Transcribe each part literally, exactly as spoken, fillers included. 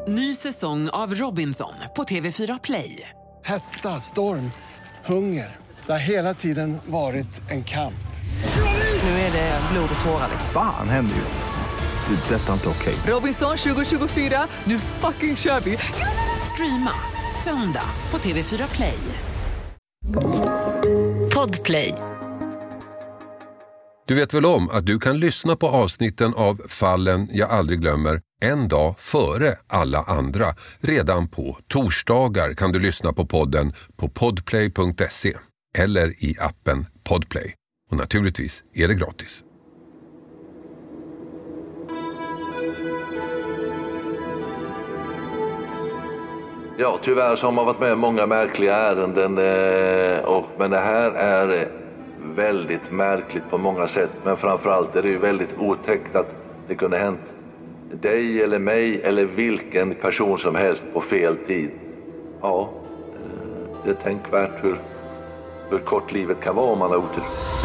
Ny säsong av Robinson på T V fyra Play. Hetta, storm, hunger. Det har hela tiden varit en kamp. Nu är det blod och tårar. Fan händer just det. Det är detta inte okej. Robinson tjugo tjugofyra, nu fucking kör vi. Streama söndag på T V fyra Play. Podplay. Du vet väl om att du kan lyssna på avsnitten av Fallen jag aldrig glömmer en dag före alla andra. Redan på torsdagar kan du lyssna på podden på podplay punkt se eller i appen Podplay. Och naturligtvis är det gratis. Ja, tyvärr så har man varit med om många märkliga ärenden. Och, men det här är väldigt märkligt på många sätt. Men framförallt är det ju väldigt otäckt att det kunde hänt dig eller mig eller vilken person som helst på fel tid. Ja, det är tänkvärt hur, hur kort livet kan vara om man har otur.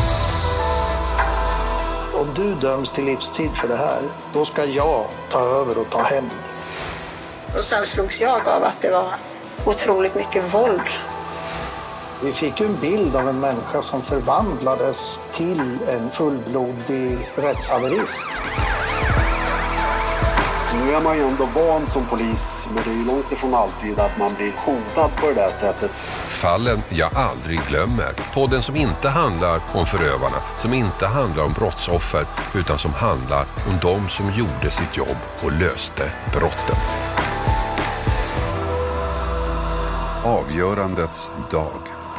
Om du döms till livstid för det här, då ska jag ta över och ta hem. Och sen slogs jag av att det var otroligt mycket våld. Vi fick ju en bild av en människa som förvandlades till en fullblodig rättshaverist. Nu är man ju ändå van som polis, men det är ju långt ifrån alltid att man blir hotad på det där sättet. Fallen jag aldrig glömmer. Podden som inte handlar om förövarna, som inte handlar om brottsoffer, utan som handlar om de som gjorde sitt jobb och löste brotten. Avgörandets dag.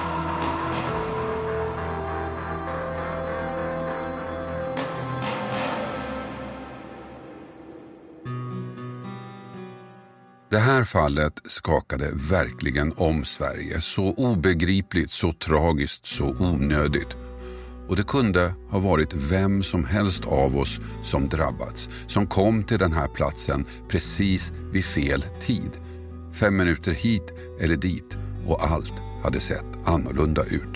Det här fallet skakade verkligen om Sverige. Så obegripligt, så tragiskt, så onödigt. Och det kunde ha varit vem som helst av oss som drabbats. Som kom till den här platsen precis vid fel tid. Fem minuter hit eller dit och allt hade sett annorlunda ut.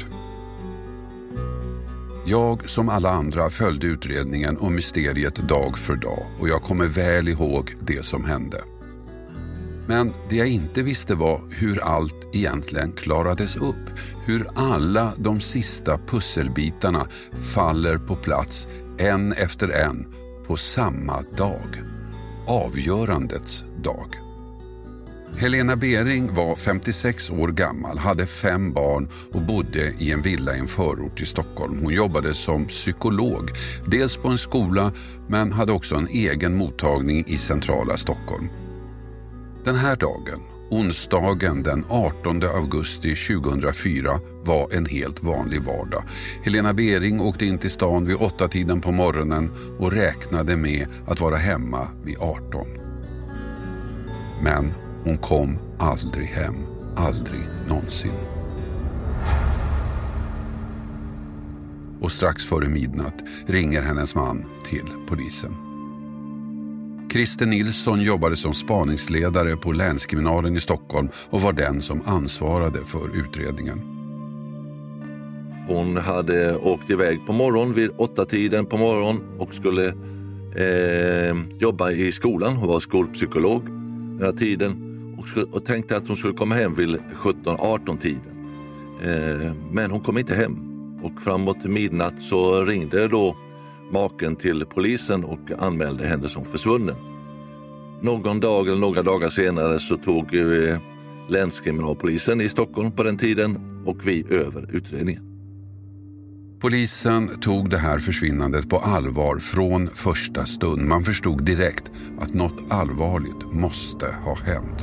Jag som alla andra följde utredningen och mysteriet dag för dag. Och jag kommer väl ihåg det som hände. Men det jag inte visste var hur allt egentligen klarades upp. Hur alla de sista pusselbitarna faller på plats en efter en på samma dag. Avgörandets dag. Helena Bering var femtiosex år gammal, hade fem barn och bodde i en villa i en förort i Stockholm. Hon jobbade som psykolog, dels på en skola men hade också en egen mottagning i centrala Stockholm. Den här dagen, onsdagen den artonde augusti tjugohundrafyra, var en helt vanlig vardag. Helena Bering åkte in till stan vid åtta tiden på morgonen och räknade med att vara hemma vid arton. Men hon kom aldrig hem, aldrig någonsin. Och strax före midnatt ringer hennes man till polisen. Christer Nilsson jobbade som spaningsledare på länskriminalen i Stockholm och var den som ansvarade för utredningen. Hon hade åkt iväg på morgon vid åtta tiden på morgon och skulle eh, jobba i skolan. Hon var skolpsykolog den här tiden och, och tänkte att hon skulle komma hem vid sjutton arton tiden. Eh, men hon kom inte hem och framåt midnatt så ringde då maken till polisen och anmälde henne som försvunnen. Någon dag eller några dagar senare så tog eh, länskriminalpolisen i Stockholm på den tiden och vi över utredningen. Polisen tog det här försvinnandet på allvar från första stund. Man förstod direkt att något allvarligt måste ha hänt.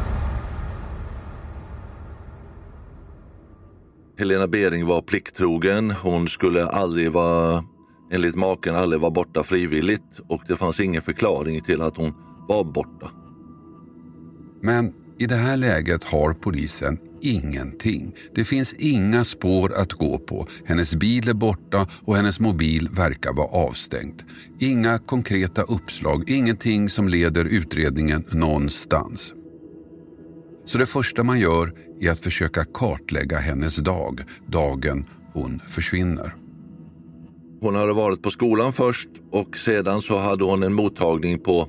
Helena Bering var plikttrogen. Hon skulle aldrig vara, enligt maken, aldrig vara borta frivilligt. Och det fanns ingen förklaring till att hon var borta. Men i det här läget har polisen ingenting. Det finns inga spår att gå på. Hennes bil är borta och hennes mobil verkar vara avstängt. Inga konkreta uppslag, ingenting som leder utredningen någonstans. Så det första man gör är att försöka kartlägga hennes dag, dagen hon försvinner. Hon hade varit på skolan först och sedan så hade hon en mottagning på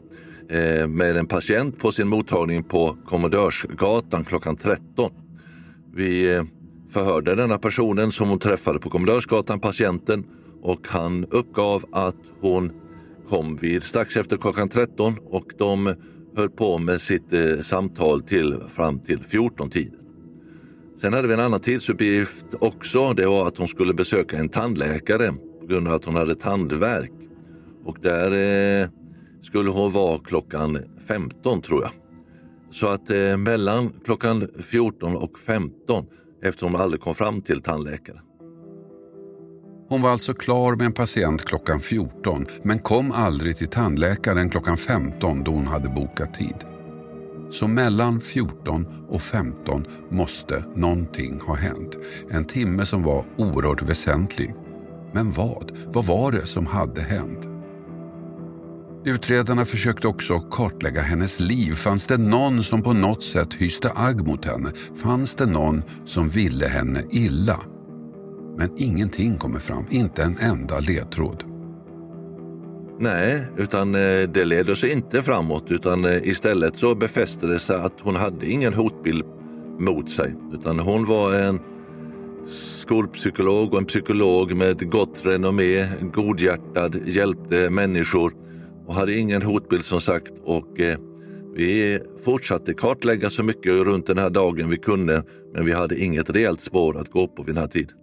eh, med en patient på sin mottagning på Kommendörsgatan klockan tretton. Vi eh, förhörde denna personen som hon träffade på Kommendörsgatan, patienten, och han uppgav att hon kom vid strax efter klockan tretton och de höll på med sitt eh, samtal till fram till fjorton-tiden. Sen hade vi en annan tidsuppgift också. Det var att hon skulle besöka en tandläkare på grund av att hon hade tandvärk. Och där eh, skulle hon vara klockan femton, tror jag. Så att eh, mellan klockan fjorton och femton, efter hon aldrig kom fram till tandläkare. Hon var alltså klar med en patient klockan fjorton men kom aldrig till tandläkaren klockan femton då hon hade bokat tid. Så mellan fjorton och femton måste någonting ha hänt. En timme som var oerhört väsentlig. Men vad? Vad var det som hade hänt? Utredarna försökte också kartlägga hennes liv. Fanns det någon som på något sätt hyste agg mot henne? Fanns det någon som ville henne illa? Men ingenting kommer fram, inte en enda ledtråd. Nej, utan det ledde sig inte framåt, utan istället så befäste det sig att hon hade ingen hotbild mot sig. Utan hon var en skolpsykolog och en psykolog med gott renommé, godhjärtad, hjälpte människor och hade ingen hotbild som sagt. Och eh, vi fortsatte kartlägga så mycket runt den här dagen vi kunde, men vi hade inget rejält spår att gå på vid den här tiden.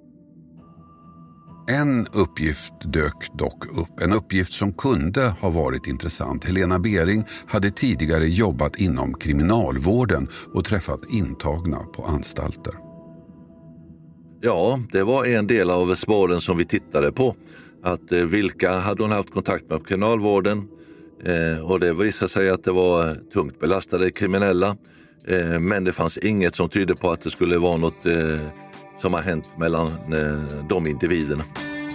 En uppgift dök dock upp, en uppgift som kunde ha varit intressant. Helena Bering hade tidigare jobbat inom kriminalvården och träffat intagna på anstalter. Ja, det var en del av spåren som vi tittade på. Att eh, vilka hade hon haft kontakt med kriminalvården? Eh, och det visade sig att det var tungt belastade kriminella. Eh, men det fanns inget som tydde på att det skulle vara något eh, som har hänt mellan eh, de individerna.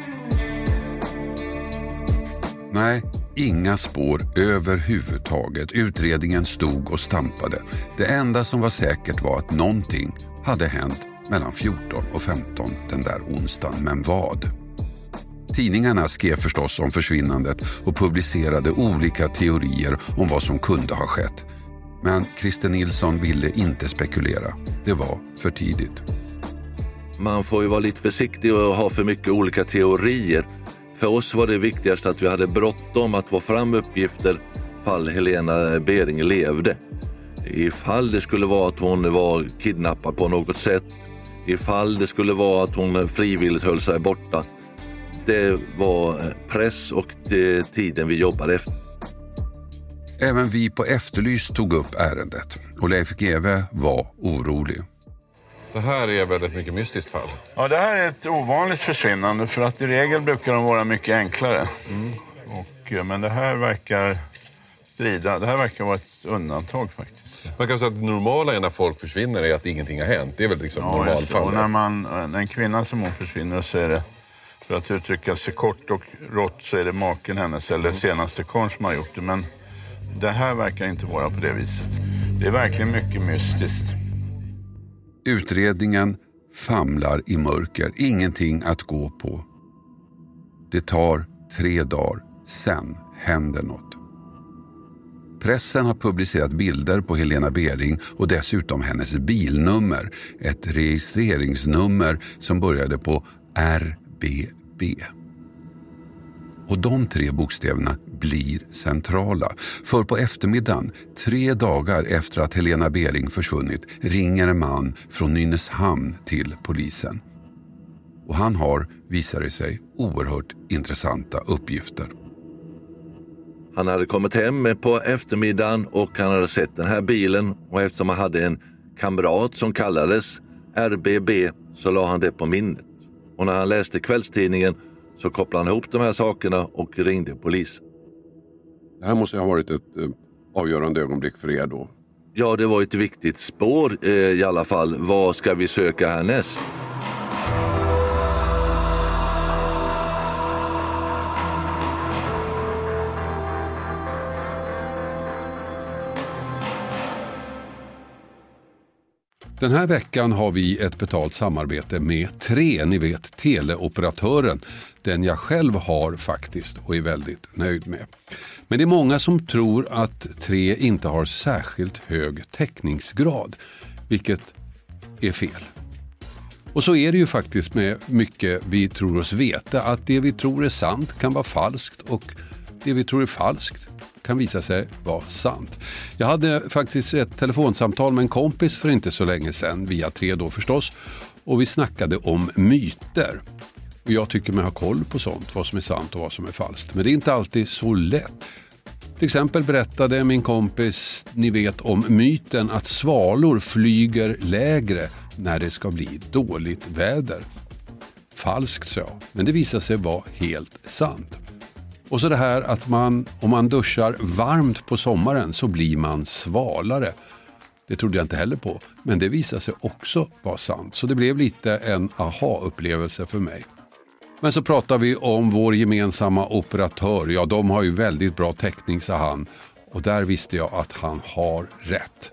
Nej, inga spår överhuvudtaget. Utredningen stod och stampade. Det enda som var säkert var att någonting hade hänt mellan fjorton och femton den där onsdagen. Men vad? Tidningarna skrev förstås om försvinnandet och publicerade olika teorier om vad som kunde ha skett. Men Christer Nilsson ville inte spekulera. Det var för tidigt. Man får ju vara lite försiktig och ha för mycket olika teorier. För oss var det viktigast att vi hade bråttom att få fram uppgifter fall Helena Bering levde. Ifall det skulle vara att hon var kidnappad på något sätt. Ifall det skulle vara att hon frivilligt höll sig borta. Det var press och det tiden vi jobbade efter. Även vi på Efterlyst tog upp ärendet och Leif G W var orolig. Det här är väldigt mycket mystiskt fall. Ja, det här är ett ovanligt försvinnande för att i regel brukar de vara mycket enklare. Mm. Och, men det här verkar strida. Det här verkar vara ett undantag faktiskt. Man kan säga att det normala är när folk försvinner är att ingenting har hänt. Det är väl liksom ja, normalfall. Och när man, en kvinna som hon försvinner så är det, för att uttrycka sig kort och rått, så är det maken hennes eller senaste karl som har gjort det. Men det här verkar inte vara på det viset. Det är verkligen mycket mystiskt. Utredningen famlar i mörker. Ingenting att gå på. Det tar tre dagar. Sen händer något. Pressen har publicerat bilder på Helena Bering och dessutom hennes bilnummer. Ett registreringsnummer som började på R B B. Och de tre bokstäverna blir centrala. För på eftermiddagen, tre dagar efter att Helena Bering försvunnit, ringer en man från Nynäshamn till polisen. Och han har, visar det sig, oerhört intressanta uppgifter. Han hade kommit hem på eftermiddagen och han hade sett den här bilen. Och eftersom han hade en kamrat som kallades R B B så la han det på minnet. Och när han läste kvällstidningen så kopplade han ihop de här sakerna och ringde polisen. Det här måste ha varit ett eh, avgörande ögonblick för er då. Ja, det var ett viktigt spår eh, i alla fall. Vad ska vi söka härnäst? Den här veckan har vi ett betalt samarbete med Tre, ni vet teleoperatören. Den jag själv har faktiskt och är väldigt nöjd med. Men det är många som tror att Tre inte har särskilt hög täckningsgrad, vilket är fel. Och så är det ju faktiskt med mycket vi tror oss veta, att det vi tror är sant kan vara falskt och det vi tror är falskt kan visa sig vara sant. Jag hade faktiskt ett telefonsamtal med en kompis för inte så länge sedan, via Tre då förstås, och vi snackade om myter. Och jag tycker mig ha koll på sånt, vad som är sant och vad som är falskt. Men det är inte alltid så lätt. Till exempel berättade min kompis, ni vet, om myten att svalor flyger lägre när det ska bli dåligt väder. Falskt, så, men det visar sig vara helt sant. Och så det här att man, om man duschar varmt på sommaren så blir man svalare. Det trodde jag inte heller på, men det visar sig också vara sant. Så det blev lite en aha-upplevelse för mig. Men så pratar vi om vår gemensamma operatör. Ja, de har ju väldigt bra täckning, sa han. Och där visste jag att han har rätt.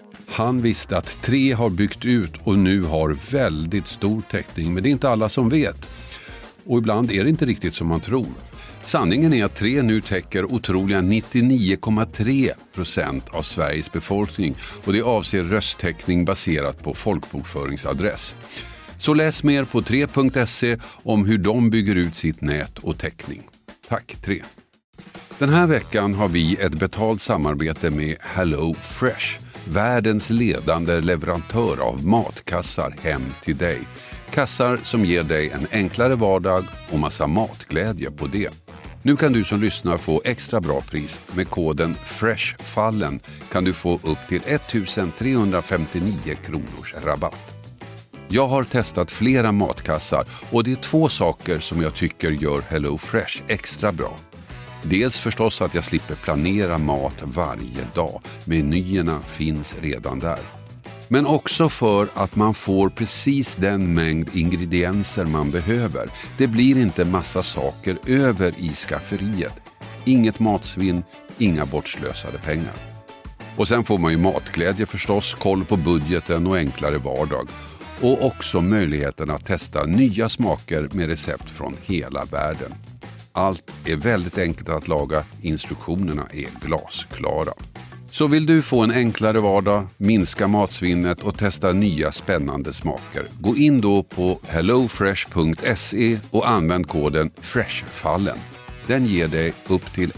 Han visste att Tre har byggt ut och nu har väldigt stor täckning. Men det är inte alla som vet. Och ibland är det inte riktigt som man tror. Sanningen är att Tre nu täcker otroliga nittionio komma tre procent av Sveriges befolkning. Och det avser rösttäckning baserat på folkbokföringsadress. Så läs mer på tre punkt se om hur de bygger ut sitt nät och täckning. Tack Tre. Den här veckan har vi ett betalt samarbete med Hello Fresh, världens ledande leverantör av matkassar hem till dig. Kassar som ger dig en enklare vardag och massa matglädje på det. Nu kan du som lyssnar få extra bra pris. Med koden FRESHFALLEN kan du få upp till ettusentrehundrafemtionio kronors rabatt. Jag har testat flera matkassar och det är två saker som jag tycker gör Hello Fresh extra bra. Dels förstås att jag slipper planera mat varje dag. Menyerna finns redan där. Men också för att man får precis den mängd ingredienser man behöver. Det blir inte massa saker över i skafferiet. Inget matsvinn, inga bortslösade pengar. Och sen får man ju matglädje förstås, koll på budgeten och enklare vardag. Och också möjligheten att testa nya smaker med recept från hela världen. Allt är väldigt enkelt att laga, instruktionerna är glasklara. Så vill du få en enklare vardag, minska matsvinnet och testa nya spännande smaker. Gå in då på hellofresh punkt se och använd koden FRESHFALLEN. Den ger dig upp till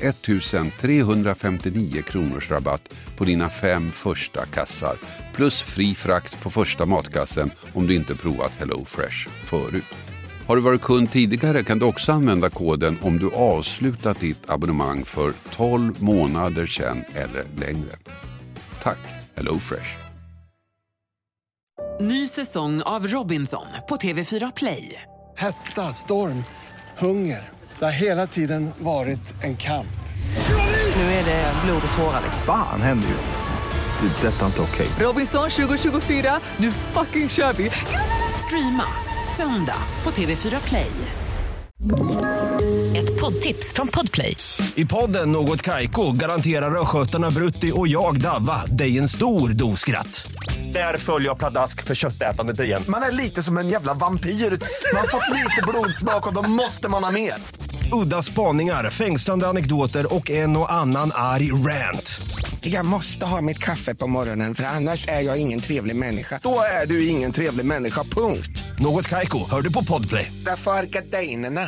ettusentrehundrafemtionio kronors rabatt på dina fem första kassar. Plus fri frakt på första matkassen om du inte provat Hello Fresh förut. Har du varit kund tidigare kan du också använda koden om du avslutat ditt abonnemang för tolv månader sedan eller längre. Tack, Hello Fresh. Ny säsong av Robinson på T V fyra Play. Hetta, storm, hunger. Det har hela tiden varit en kamp. Nu är det blod och tårar. Fan händer just det. Det är detta inte okej. Robinson tjugo tjugofyra, nu fucking kör vi. Streama söndag på T V fyra Play. Ett poddtips från Podplay. I podden Något Kaiko garanterar röskötarna Brutti och jag Davva dig en stor doskratt. Där följer jag pladask för köttätandet igen. Man är lite som en jävla vampyr. Man har fått lite blodsmak och då måste man ha mer. Udda spaningar, fängslande anekdoter och en och annan arg rant. Jag måste ha mitt kaffe på morgonen för annars är jag ingen trevlig människa. Då är du ingen trevlig människa, punkt. Något Kaiko, hör du på Podplay. Därför är gardinerna.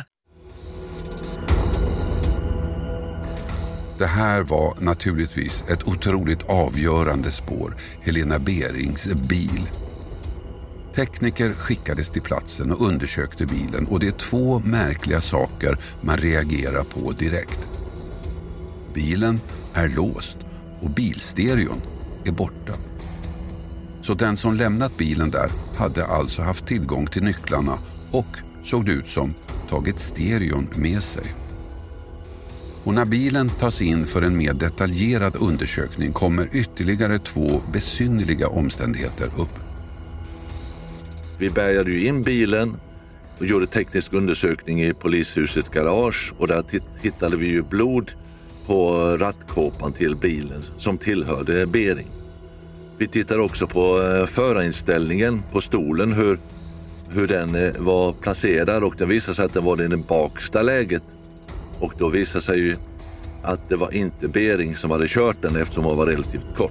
Det här var naturligtvis ett otroligt avgörande spår, Helena Berings bil. Tekniker skickades till platsen och undersökte bilen och det är två märkliga saker man reagerar på direkt. Bilen är låst och bilstereon är borta. Så den som lämnat bilen där hade alltså haft tillgång till nycklarna och såg det ut som tagit stereon med sig. Och när bilen tas in för en mer detaljerad undersökning kommer ytterligare två besynnerliga omständigheter upp. Vi bärgade ju in bilen och gjorde teknisk undersökning i polishusets garage och där t- hittade vi ju blod på rattkåpan till bilen som tillhörde Bering. Vi tittar också på förarinställningen på stolen, hur, hur den var placerad, och det visade sig att den var i det baksta läget. Och då visade sig ju att det var inte Bering som hade kört den eftersom hon var relativt kort.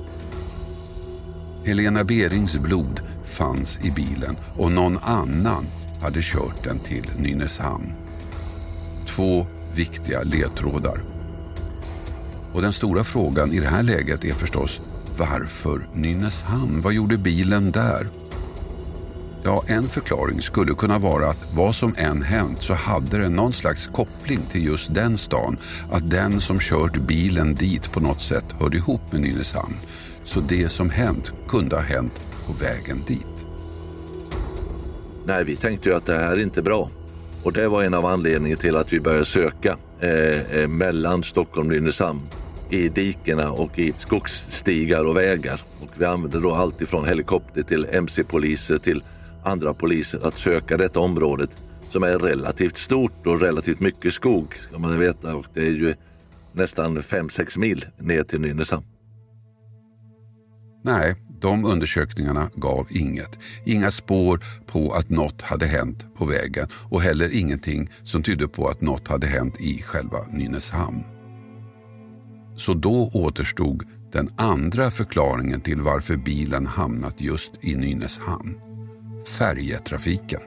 Helena Berings blod fanns i bilen och någon annan hade kört den till Nynäshamn. Två viktiga ledtrådar. Och den stora frågan i det här läget är förstås, varför Nynäshamn? Vad gjorde bilen där? Ja, en förklaring skulle kunna vara att vad som än hänt så hade det någon slags koppling till just den stan. Att den som kört bilen dit på något sätt hörde ihop med Nynäshamn. Så det som hänt kunde ha hänt på vägen dit. Nej, vi tänkte ju att det här är inte bra. Och det var en av anledningarna till att vi började söka eh, mellan Stockholm och Nynäshamn. I dikerna och i skogsstigar och vägar. Och vi använde då allt ifrån helikopter till M C-poliser till andra poliser att söka detta området som är relativt stort och relativt mycket skog, ska man veta. Och det är ju nästan fem sex mil ner till Nynäshamn. Nej, de undersökningarna gav inget. Inga spår på att något hade hänt på vägen och heller ingenting som tydde på att något hade hänt i själva Nynäshamn. Så då återstod den andra förklaringen till varför bilen hamnat just i Nynäshamn. Färjetrafiken.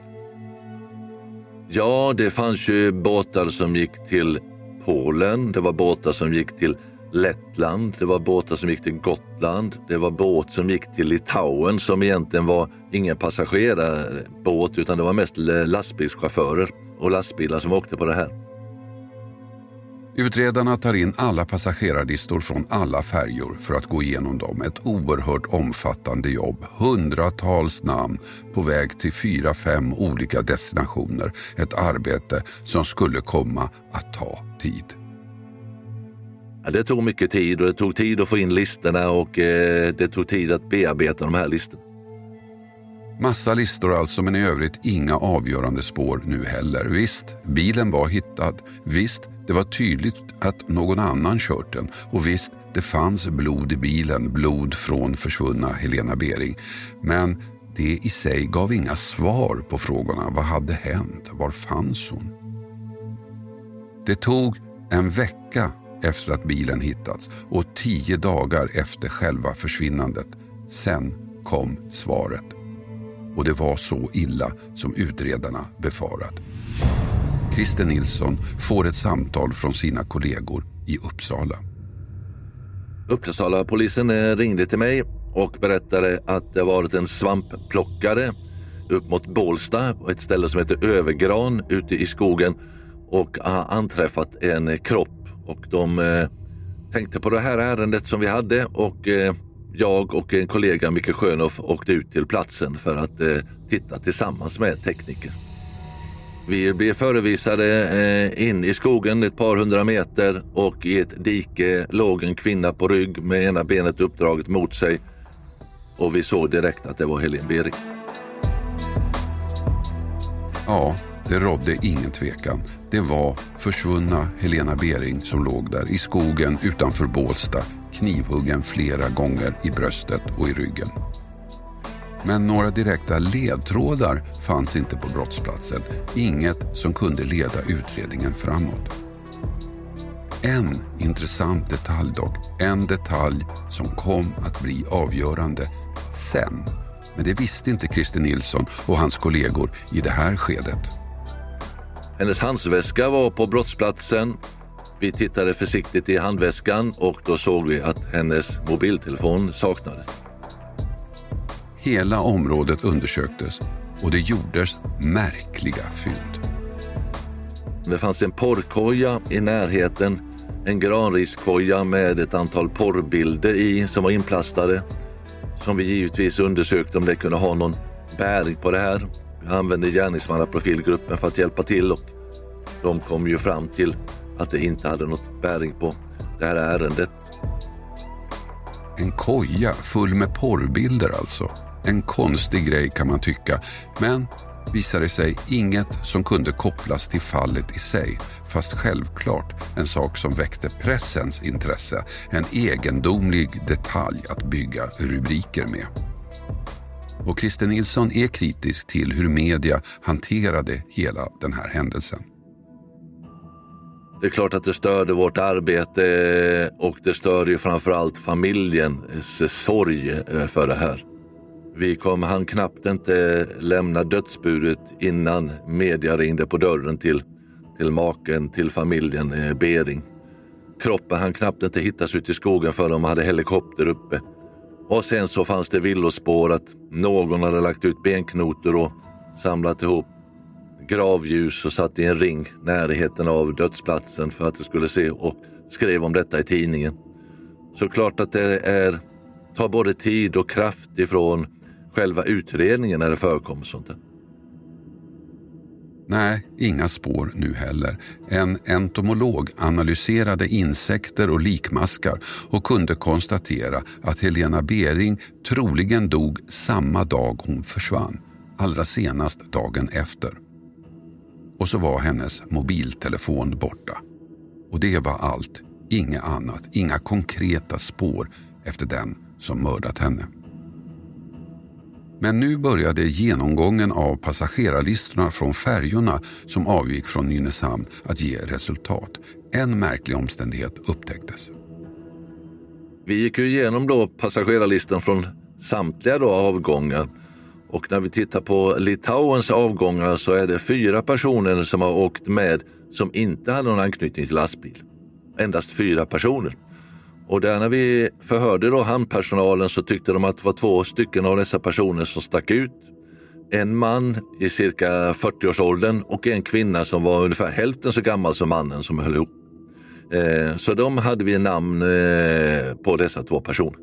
Ja, det fanns ju båtar som gick till Polen. Det var båtar som gick till Lettland. Det var båtar som gick till Gotland. Det var båt som gick till Litauen som egentligen var ingen passagerarbåt utan det var mest lastbilschaufförer och lastbilar som åkte på det här. Utredarna tar in alla passagerarlistor från alla färjor för att gå igenom dem. Ett oerhört omfattande jobb. Hundratals namn på väg till fyra, fem olika destinationer. Ett arbete som skulle komma att ta tid. Ja, det tog mycket tid och det tog tid att få in listorna och eh, det tog tid att bearbeta de här listorna. Massa listor alltså, men i övrigt inga avgörande spår nu heller. Visst, bilen var hittad. Visst, det var tydligt att någon annan kört den. Och visst, det fanns blod i bilen, blod från försvunna Helena Bering. Men det i sig gav inga svar på frågorna. Vad hade hänt? Var fanns hon? Det tog en vecka efter att bilen hittats och tio dagar efter själva försvinnandet. Sen kom svaret. Och det var så illa som utredarna befarat. Christer Nilsson får ett samtal från sina kollegor i Uppsala. Uppsala polisen ringde till mig och berättade att det varit en svampplockare upp mot Bålsta på ett ställe som heter Övergran ute i skogen och har anträffat en kropp. Och de eh, tänkte på det här ärendet som vi hade och eh, jag och en kollega, Micke Schönhoff, åkte ut till platsen för att eh, titta tillsammans med tekniker. Vi blev förevisade eh, in i skogen ett par hundra meter och i ett dike låg en kvinna på rygg med ena benet uppdraget mot sig och vi såg direkt att det var Helena Bering. Ja, det rådde ingen tvekan. Det var försvunna Helena Bering som låg där i skogen utanför Bålsta, knivhuggen flera gånger i bröstet och i ryggen. Men några direkta ledtrådar fanns inte på brottsplatsen. Inget som kunde leda utredningen framåt. En intressant detalj dock. En detalj som kom att bli avgörande sen. Men det visste inte Christer Nilsson och hans kollegor i det här skedet. Hennes handväska var på brottsplatsen. Vi tittade försiktigt i handväskan och då såg vi att hennes mobiltelefon saknades. Hela området undersöktes och det gjordes märkliga fynd. Det fanns en porrkoja i närheten, en granriskoja med ett antal porrbilder i som var inplastade. Som vi givetvis undersökte om det kunde ha någon bäring på det här. Vi använde gärningsmannaprofilgruppen för att hjälpa till och de kom ju fram till att det inte hade något bäring på det här ärendet. En koja full med porrbilder alltså. En konstig grej kan man tycka. Men visade sig inget som kunde kopplas till fallet i sig, fast självklart en sak som väckte pressens intresse, en egendomlig detalj att bygga rubriker med. Och Christer Nilsson är kritisk till hur media hanterade hela den här händelsen. Det är klart att det störde vårt arbete och det störde ju framförallt familjens sorg för det här. Vi kom, han knappt inte lämna dödsbudet innan media ringde på dörren till, till maken, till familjen eh, Bering. Kroppen han knappt inte hittas ut i skogen för de hade helikopter uppe. Och sen så fanns det villospår att någon hade lagt ut benknotor och samlat ihop gravljus och satt i en ring närheten av dödsplatsen för att det skulle se, och skrev om detta i tidningen. Så klart att det är, tar både tid och kraft ifrån själva utredningen när det förekommer sånt här. Nej, inga spår nu heller. En entomolog analyserade insekter och likmaskar och kunde konstatera att Helena Bering troligen dog samma dag hon försvann, allra senast dagen efter. Och så var hennes mobiltelefon borta. Och det var allt, inga annat, inga konkreta spår efter den som mördat henne. Men nu började genomgången av passagerarlistorna från färjorna som avgick från Nynäshamn att ge resultat. En märklig omständighet upptäcktes. Vi gick ju igenom då passagerarlistan från samtliga då avgångar. Och när vi tittar på Litauens avgångar så är det fyra personer som har åkt med som inte hade någon anknytning till lastbil. Endast fyra personer. Och där när vi förhörde då hamnpersonalen så tyckte de att det var två stycken av dessa personer som stack ut. En man i cirka fyrtio-årsåldern och en kvinna som var ungefär hälften så gammal som mannen som höll ihop. Eh, så de hade vi namn eh, på dessa två personer.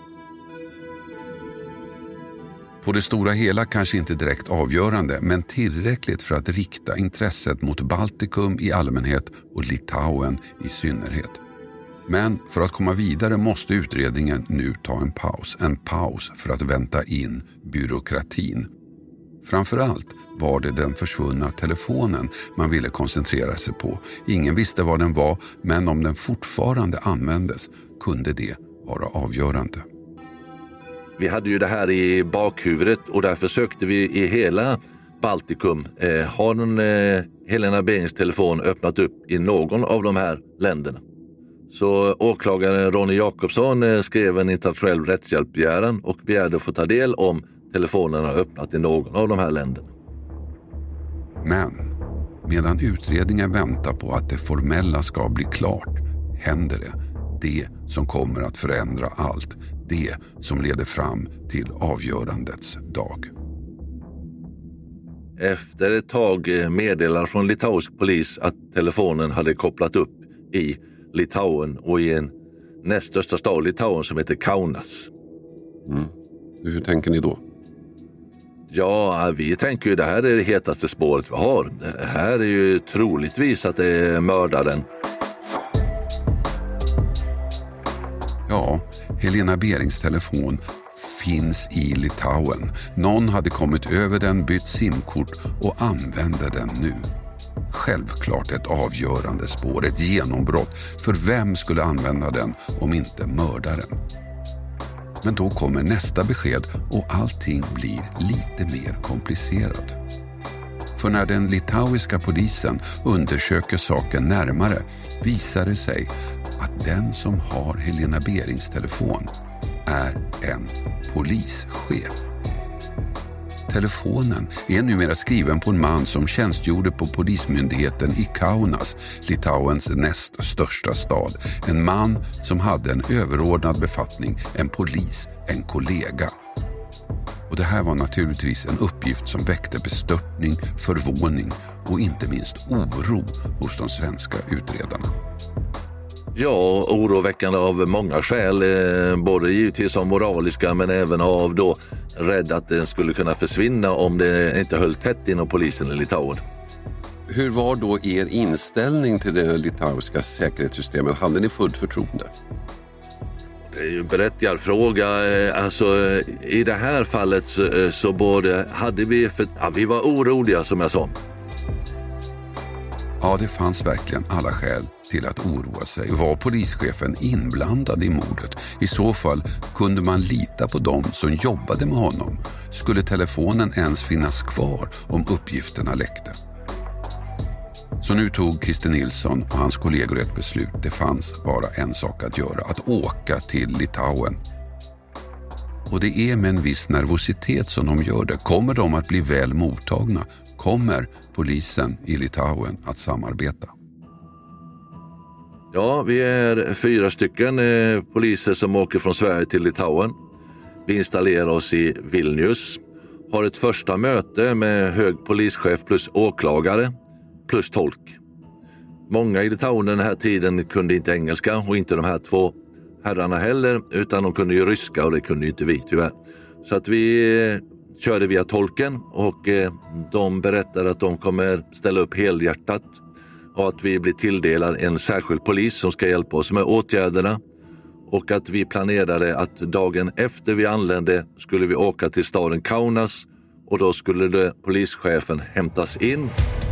På det stora hela kanske inte direkt avgörande, men tillräckligt för att rikta intresset mot Baltikum i allmänhet och Litauen i synnerhet. Men för att komma vidare måste utredningen nu ta en paus. En paus för att vänta in byråkratin. Framförallt var det den försvunna telefonen man ville koncentrera sig på. Ingen visste vad den var, men om den fortfarande användes kunde det vara avgörande. Vi hade ju det här i bakhuvudet och därför sökte vi i hela Baltikum. Eh, har någon, eh, Helena Berings telefon öppnat upp i någon av de här länderna? Så åklagaren Ronny Jakobsson eh, skrev en internationell rättshjälpbegäran och begärde att få ta del om telefonerna har öppnat i någon av de här länderna. Men medan utredningen väntar på att det formella ska bli klart händer det. Det som kommer att förändra allt. Det som leder fram till avgörandets dag. Efter ett tag meddelar från litauisk polis att telefonen hade kopplat upp i Litauen och i en näst största stad Litauen som heter Kaunas. Mm. Hur tänker ni då? Ja, vi tänker ju det här är det hetaste spåret vi har. Det här är ju troligtvis att det är mördaren. Ja, Helena Berings telefon finns i Litauen. Någon hade kommit över den, bytt simkort och använde den nu. Självklart ett avgörande spår, ett genombrott. För vem skulle använda den om inte mördaren? Men då kommer nästa besked och allting blir lite mer komplicerat. För när den litauiska polisen undersöker saken närmare visar det sig att den som har Helena Berings telefon är en polischef. Telefonen är numera skriven på en man som tjänstgjorde på polismyndigheten i Kaunas, Litauens näst största stad. En man som hade en överordnad befattning, en polis, en kollega. Och det här var naturligtvis en uppgift som väckte bestörtning, förvåning och inte minst oro hos de svenska utredarna. Ja, oroväckande av många skäl, både givetvis av moraliska men även av då rädd att den skulle kunna försvinna om det inte höll tätt inom polisen i Litauen. Hur var då er inställning till det litauiska säkerhetssystemet? Hade ni fullt förtroende? Det är ju en berättigad fråga. Alltså, i det här fallet så, så både hade vi, för, ja, vi var oroliga som jag sa. Ja, det fanns verkligen alla skäl till att oroa sig. Var polischefen inblandad i mordet? I så fall kunde man lita på dem som jobbade med honom. Skulle telefonen ens finnas kvar om uppgifterna läckte? Så nu tog Christer Nilsson och hans kollegor ett beslut. Det fanns bara en sak att göra, att åka till Litauen. Och det är med en viss nervositet som de gör det. Kommer de att bli väl mottagna? Kommer polisen i Litauen att samarbeta? Ja, vi är fyra stycken eh, poliser som åker från Sverige till Litauen. Vi installerar oss i Vilnius. Har ett första möte med hög polischef plus åklagare plus tolk. Många i Litauen den här tiden kunde inte engelska och inte de här två herrarna heller, utan de kunde ju ryska och det kunde ju inte vi tyvärr. Så att vi eh, körde via tolken och eh, de berättade att de kommer ställa upp helhjärtat och att vi blir tilldelad en särskild polis som ska hjälpa oss med åtgärderna och att vi planerade att dagen efter vi anlände skulle vi åka till staden Kaunas och då skulle det, polischefen hämtas in.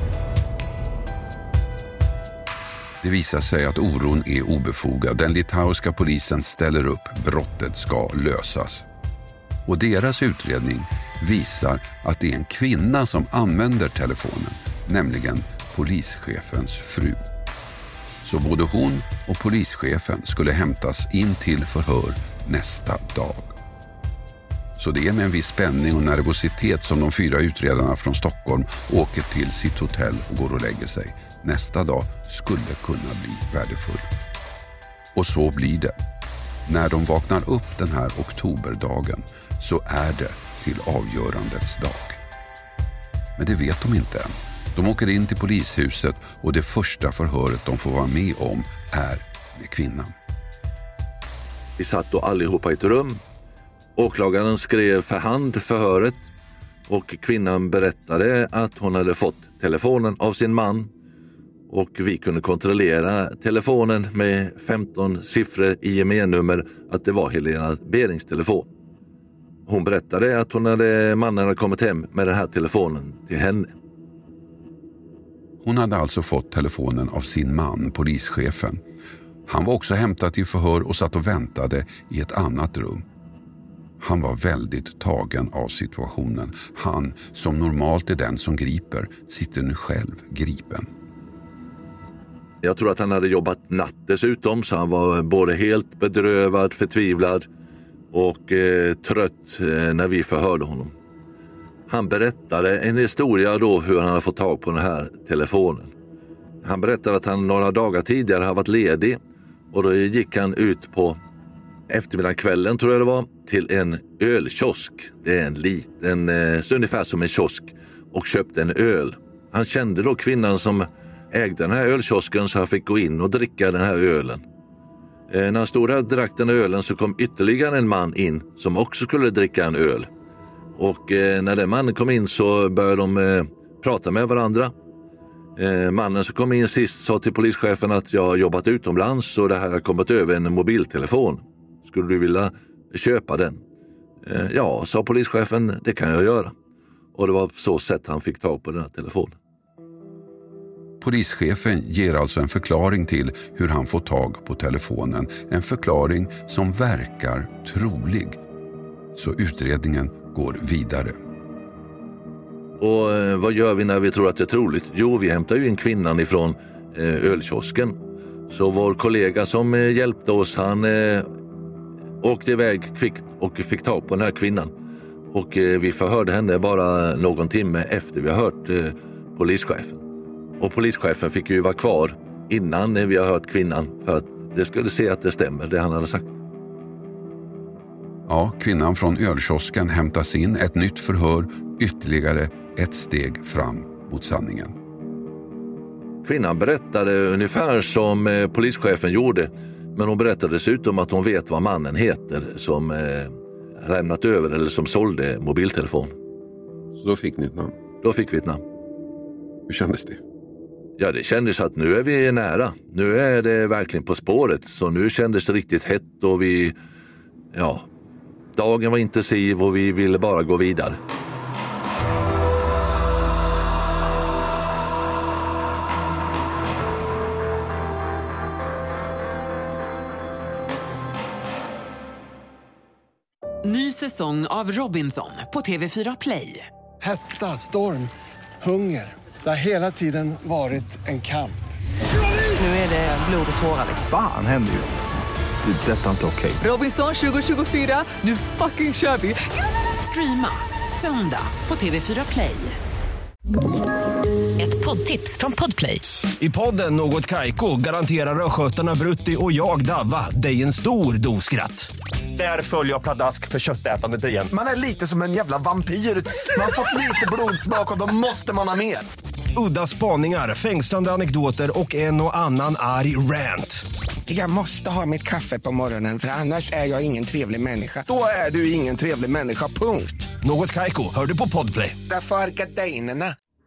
Det visar sig att oron är obefogad. Den litauiska polisen ställer upp, brottet ska lösas. Och deras utredning visar att det är en kvinna som använder telefonen, nämligen polischefens fru. Så både hon och polischefen skulle hämtas in till förhör nästa dag. Så det är med en viss spänning och nervositet som de fyra utredarna från Stockholm åker till sitt hotell och går och lägger sig. Nästa dag skulle kunna bli värdefull. Och så blir det. När de vaknar upp den här oktoberdagen så är det till avgörandets dag. Men det vet de inte än. De åker in till polishuset och det första förhöret de får vara med om är med kvinnan. Vi satt då allihopa i ett rum. Åklagaren skrev för hand förhöret och kvinnan berättade att hon hade fått telefonen av sin man och vi kunde kontrollera telefonen med femton siffror I M E-nummer att det var Helena Berings telefon. Hon berättade att hon hade, mannen hade kommit hem med den här telefonen till henne. Hon hade alltså fått telefonen av sin man, polischefen. Han var också hämtad till förhör och satt och väntade i ett annat rum. Han var väldigt tagen av situationen. Han, som normalt är den som griper, sitter nu själv gripen. Jag tror att han hade jobbat natt dessutom, så han var både helt bedrövad, förtvivlad och eh, trött eh, när vi förhörde honom. Han berättade en historia då hur han hade fått tag på den här telefonen. Han berättade att han några dagar tidigare hade varit ledig och då gick han ut på eftermiddagen, kvällen tror jag det var, till en ölkiosk. Det är en liten, eh, ungefär som en kiosk, och köpte en öl. Han kände då kvinnan som ägde den här ölkiosken så han fick gå in och dricka den här ölen. Eh, när han stod där och drack den ölen så kom ytterligare en man in som också skulle dricka en öl. Och eh, när den mannen kom in så började de eh, prata med varandra. Eh, mannen som kom in sist sa till polischefen att jag har jobbat utomlands och det här har kommit över en mobiltelefon. Skulle du vilja köpa den? Eh, ja, sa polischefen, det kan jag göra. Och det var på så sätt han fick tag på den här telefonen. Polischefen ger alltså en förklaring till hur han får tag på telefonen. En förklaring som verkar trolig. Så utredningen går vidare. Och eh, vad gör vi när vi tror att det är troligt? Jo, vi hämtar ju in kvinnan ifrån eh, ölkiosken. Så vår kollega som eh, hjälpte oss, han eh, åkte iväg kvickt och fick tag på den här kvinnan. Och eh, vi förhörde henne bara någon timme efter vi har hört eh, polischefen. Och polischefen fick ju vara kvar innan vi har hört kvinnan för att det skulle se att det stämmer, det han hade sagt. Ja, kvinnan från ölkiosken hämtas in, ett nytt förhör, ytterligare ett steg fram mot sanningen. Kvinnan berättade ungefär som eh, polischefen gjorde, men hon berättade dessutom att hon vet vad mannen heter som eh, lämnat över eller som sålde mobiltelefon. Så då fick ni ett namn? Då fick vi ett namn. Hur kändes det? Ja, det kändes att nu är vi nära. Nu är det verkligen på spåret. Så nu kändes det riktigt hett och vi ja, dagen var intensiv och vi ville bara gå vidare. Ny säsong av Robinson på T V fyra Play. Hetta, storm, hunger. Det har hela tiden varit en kamp. Nu är det blod och tårar. Fan händer just det. Det är detta inte okej. Robinson tjugo tjugofyra, nu fucking kör vi. Streama söndag på T V fyra Play. Ett poddtips från Podplay. I podden Något Kaiko garanterar östgötarna Brutti och jag Davva dig en stor dos skratt. Där följer jag pladask för köttätandet igen. Man är lite som en jävla vampyr. Man har fått lite blodsmak och då måste man ha mer. Udda spaningar, fängslande anekdoter och en och annan arg rant. Jag måste ha mitt kaffe på morgonen för annars är jag ingen trevlig människa. Då är du ingen trevlig människa, punkt. Något Kaiko, hör du på Podplay. Därför är gardinerna.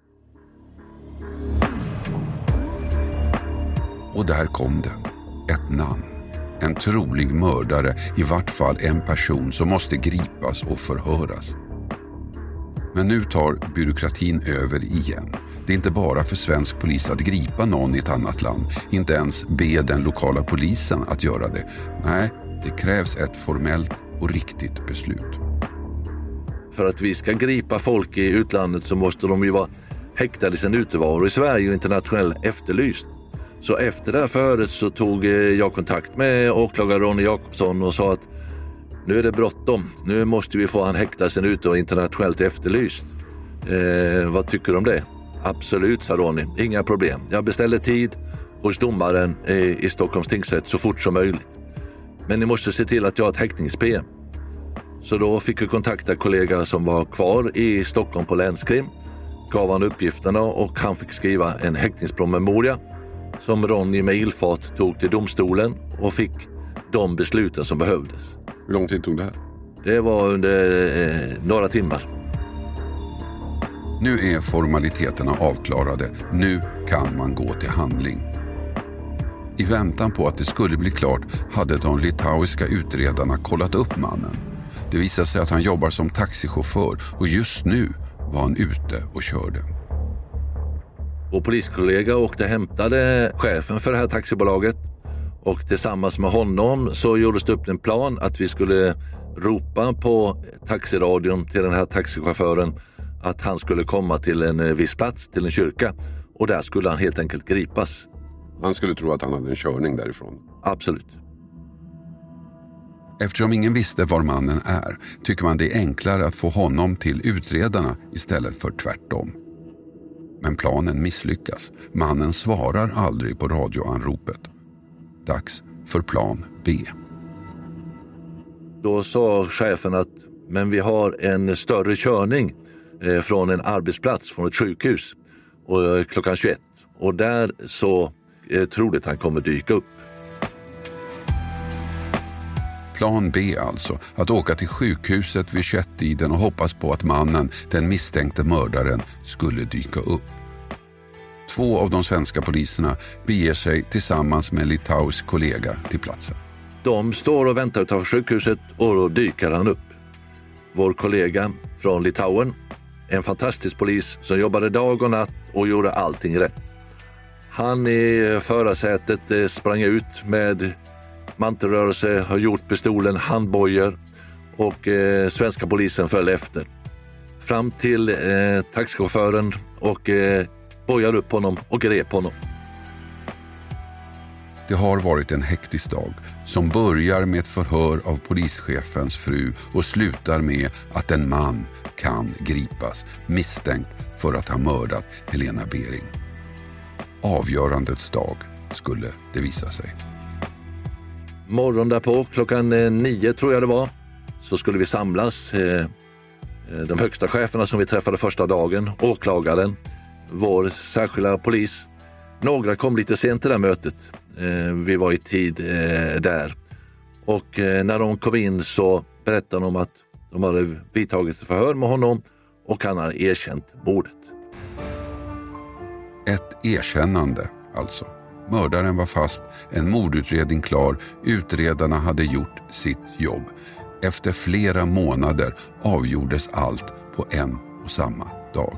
Och där kom det. Ett namn. En trolig mördare, i vart fall en person som måste gripas och förhöras. Men nu tar byråkratin över igen. Det är inte bara för svensk polis att gripa någon i ett annat land. Inte ens be den lokala polisen att göra det. Nej, det krävs ett formellt och riktigt beslut. För att vi ska gripa folk i utlandet så måste de ju vara häktade i sin utevaro i Sverige och internationellt efterlyst. Så efter det här förhöret så tog jag kontakt med åklagare Ronny Jakobsson och sa att nu är det bråttom. Nu måste vi få han häkta sin ute och internationellt efterlyst. Eh, vad tycker du om det? Absolut, sa Ronny. Inga problem. Jag beställer tid hos domaren i, i Stockholms tingsrätt så fort som möjligt. Men ni måste se till att jag har ett häktnings-P M. Så då fick jag kontakta kollega som var kvar i Stockholm på länskrim. Gav han uppgifterna och han fick skriva en häktningspromemoria som Ronny med ilfart tog till domstolen och fick de besluten som behövdes. Hur lång tid tog det här? Det var under eh, några timmar. Nu är formaliteterna avklarade. Nu kan man gå till handling. I väntan på att det skulle bli klart hade de litauiska utredarna kollat upp mannen. Det visade sig att han jobbar som taxichaufför och just nu var han ute och körde. Vår poliskollega åkte och hämtade chefen för det här taxibolaget och tillsammans med honom så gjordes det upp en plan att vi skulle ropa på taxiradion till den här taxichauffören att han skulle komma till en viss plats, till en kyrka, och där skulle han helt enkelt gripas. Han skulle tro att han hade en körning därifrån. Absolut. Eftersom ingen visste var mannen är tycker man det är enklare att få honom till utredarna istället för tvärtom. Men planen misslyckas. Mannen svarar aldrig på radioanropet. Dags för plan B. Då sa chefen att men vi har en större körning eh, från en arbetsplats, från ett sjukhus och, eh, klockan tjugoett. Och där så eh, troligt han kommer dyka upp. Plan B alltså, att åka till sjukhuset vid tjugoett-tiden och hoppas på att mannen, den misstänkte mördaren, skulle dyka upp. Två av de svenska poliserna beger sig tillsammans med en litauisk kollega till platsen. De står och väntar utanför sjukhuset och då dyker han upp. Vår kollega från Litauen, en fantastisk polis som jobbade dag och natt och gjorde allting rätt. Han i förarsätet sprang ut med mantelrörelse, har gjort pistolen, handbojor och eh, svenska polisen föll efter. Fram till eh, taxichauffören och eh, bojade upp honom och grep honom. Det har varit en hektisk dag som börjar med ett förhör av polischefens fru och slutar med att en man kan gripas misstänkt för att ha mördat Helena Bering. Avgörandets dag skulle det visa sig. Morgon därpå, klockan nio tror jag det var, så skulle vi samlas. Eh, de högsta cheferna som vi träffade första dagen, åklagaren, vår särskilda polis. Några kom lite sent till det här mötet. Eh, vi var i tid eh, där. Och eh, när de kom in så berättade de att de hade vidtagit ett förhör med honom och han hade erkänt mordet. Ett erkännande alltså. Mördaren var fast, en mordutredning klar, utredarna hade gjort sitt jobb. Efter flera månader avgjordes allt på en och samma dag.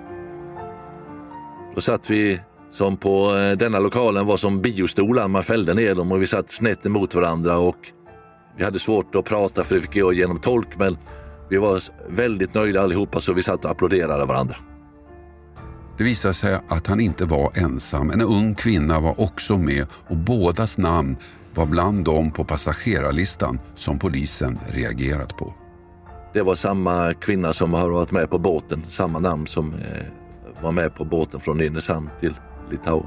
Då satt vi som på denna lokalen var som biostolar, man fällde ner dem och vi satt snett emot varandra och vi hade svårt att prata för det fick jag genom tolk, men vi var väldigt nöjda allihopa så vi satt och applåderade varandra. Det visade sig att han inte var ensam. En ung kvinna var också med och bådas namn var bland dem på passagerarlistan som polisen reagerat på. Det var samma kvinna som har varit med på båten, samma namn som eh, var med på båten från Nynäshamn till Litauen.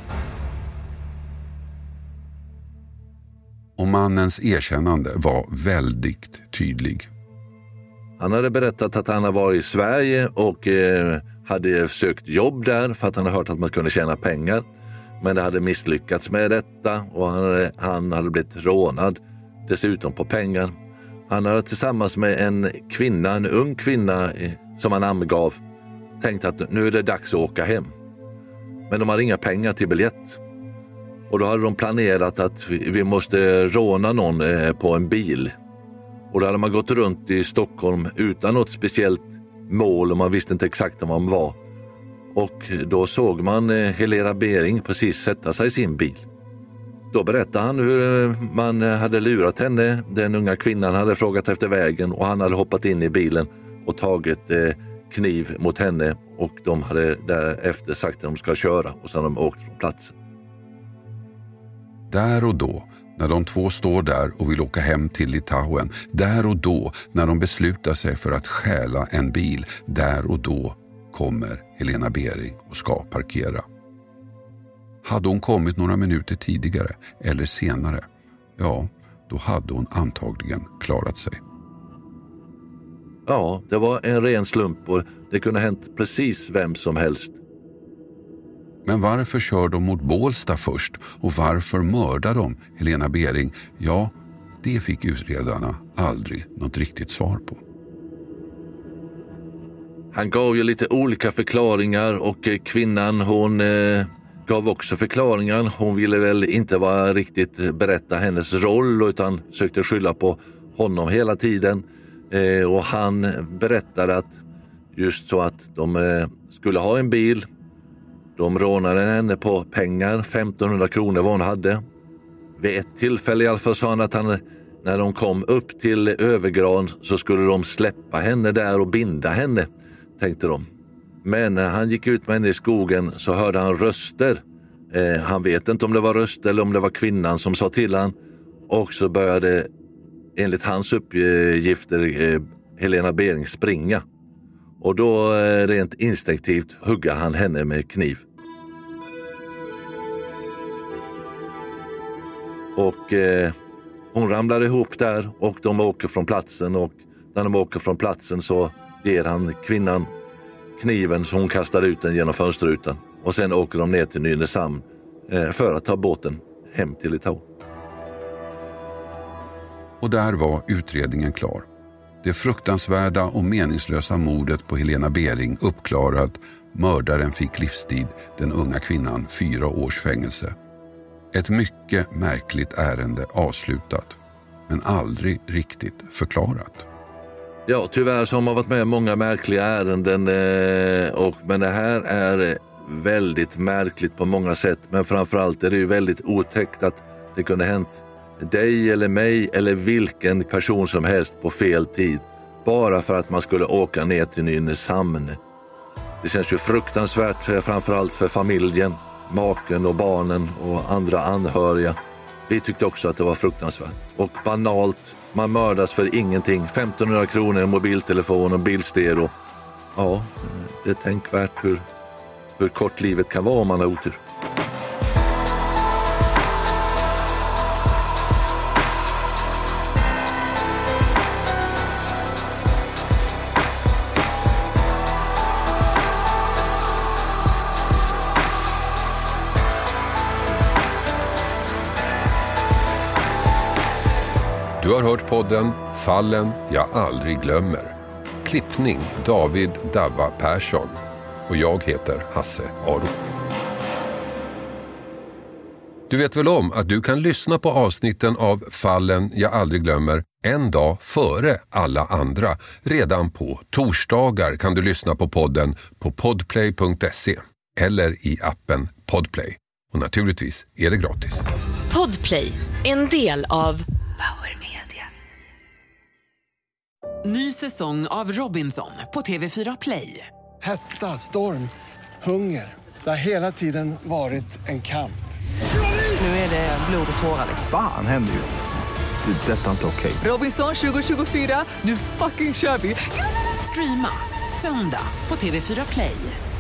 Och mannens erkännande var väldigt tydlig. Han hade berättat att han har varit i Sverige och eh, hade sökt jobb där för att han hade hört att man kunde tjäna pengar. Men det hade misslyckats med detta och han hade, han hade blivit rånad, dessutom på pengar. Han hade tillsammans med en kvinna, en ung kvinna eh, som han namngav, tänkt att nu är det dags att åka hem. Men de hade inga pengar till biljett. Och då hade de planerat att vi, vi måste råna någon eh, på en bil. Och då hade man gått runt i Stockholm utan något speciellt mål och man visste inte exakt var man var. Och då såg man eh, Helena Bering precis sätta sig i sin bil. Då berättade han hur eh, man hade lurat henne. Den unga kvinnan hade frågat efter vägen och han hade hoppat in i bilen och tagit eh, kniv mot henne. Och de hade därefter sagt att de ska köra och så hade de åkt från platsen. Där och då, när de två står där och vill åka hem till Litauen, där och då när de beslutar sig för att stjäla en bil, där och då kommer Helena Bering och ska parkera. Hade hon kommit några minuter tidigare eller senare, ja, då hade hon antagligen klarat sig. Ja, det var en ren slump och det kunde ha hänt precis vem som helst. Men varför kör de mot Bålsta först och varför mördar de Helena Bering? Ja, det fick utredarna aldrig något riktigt svar på. Han gav ju lite olika förklaringar och kvinnan hon eh, gav också förklaringar. Hon ville väl inte vara riktigt berätta hennes roll utan sökte skylla på honom hela tiden. Eh, och han berättade att just så att de eh, skulle ha en bil. De rånade henne på pengar, femtonhundra kronor vad hon hade. Vid ett tillfälle i alla fall sa han att han, när de kom upp till Övergran så skulle de släppa henne där och binda henne, tänkte de. Men när han gick ut med henne i skogen så hörde han röster. Eh, han vet inte om det var röster eller om det var kvinnan som sa till han. Och så började, enligt hans uppgifter, eh, Helena Bering springa. Och då rent instinktivt hugga han henne med kniv. Och eh, hon ramlade ihop där och de åker från platsen. Och när de åker från platsen så ger han kvinnan kniven så hon kastar ut den genom fönsterrutan. Och sen åker de ner till Nynäshamn eh, för att ta båten hem till Litauen. Och där var utredningen klar. Det fruktansvärda och meningslösa mordet på Helena Bering uppklarat. Mördaren fick livstid, den unga kvinnan fyra års fängelse. Ett mycket märkligt ärende avslutat, men aldrig riktigt förklarat. Ja, tyvärr så har man varit med många märkliga ärenden, och, men det här är väldigt märkligt på många sätt. Men framförallt är det ju väldigt otäckt att det kunde hänt dig eller mig eller vilken person som helst på fel tid. Bara för att man skulle åka ner till Nynäshamn. Det känns ju fruktansvärt, framförallt för familjen, maken och barnen och andra anhöriga. Vi tyckte också att det var fruktansvärt. Och banalt, man mördas för ingenting. femtonhundra kronor, mobiltelefon och bilstereo. Ja, det är tänkvärt hur, hur kort livet kan vara om man har otur. Du har hört podden Fallen jag aldrig glömmer. Klippning David Davva Persson. Och jag heter Hasse Aro. Du vet väl om att du kan lyssna på avsnitten av Fallen jag aldrig glömmer en dag före alla andra. Redan på torsdagar kan du lyssna på podden på podplay punkt se eller i appen Podplay. Och naturligtvis är det gratis. Podplay, en del av Power Media. Ny säsong av Robinson på T V fyra Play. Hetta, storm, hunger. Det har hela tiden varit en kamp. Nu är det blod och tårar. Fan händer just det. Det är detta inte okej. Robinson tjugo tjugofyra, nu fucking kör vi. Streama söndag på T V fyra Play.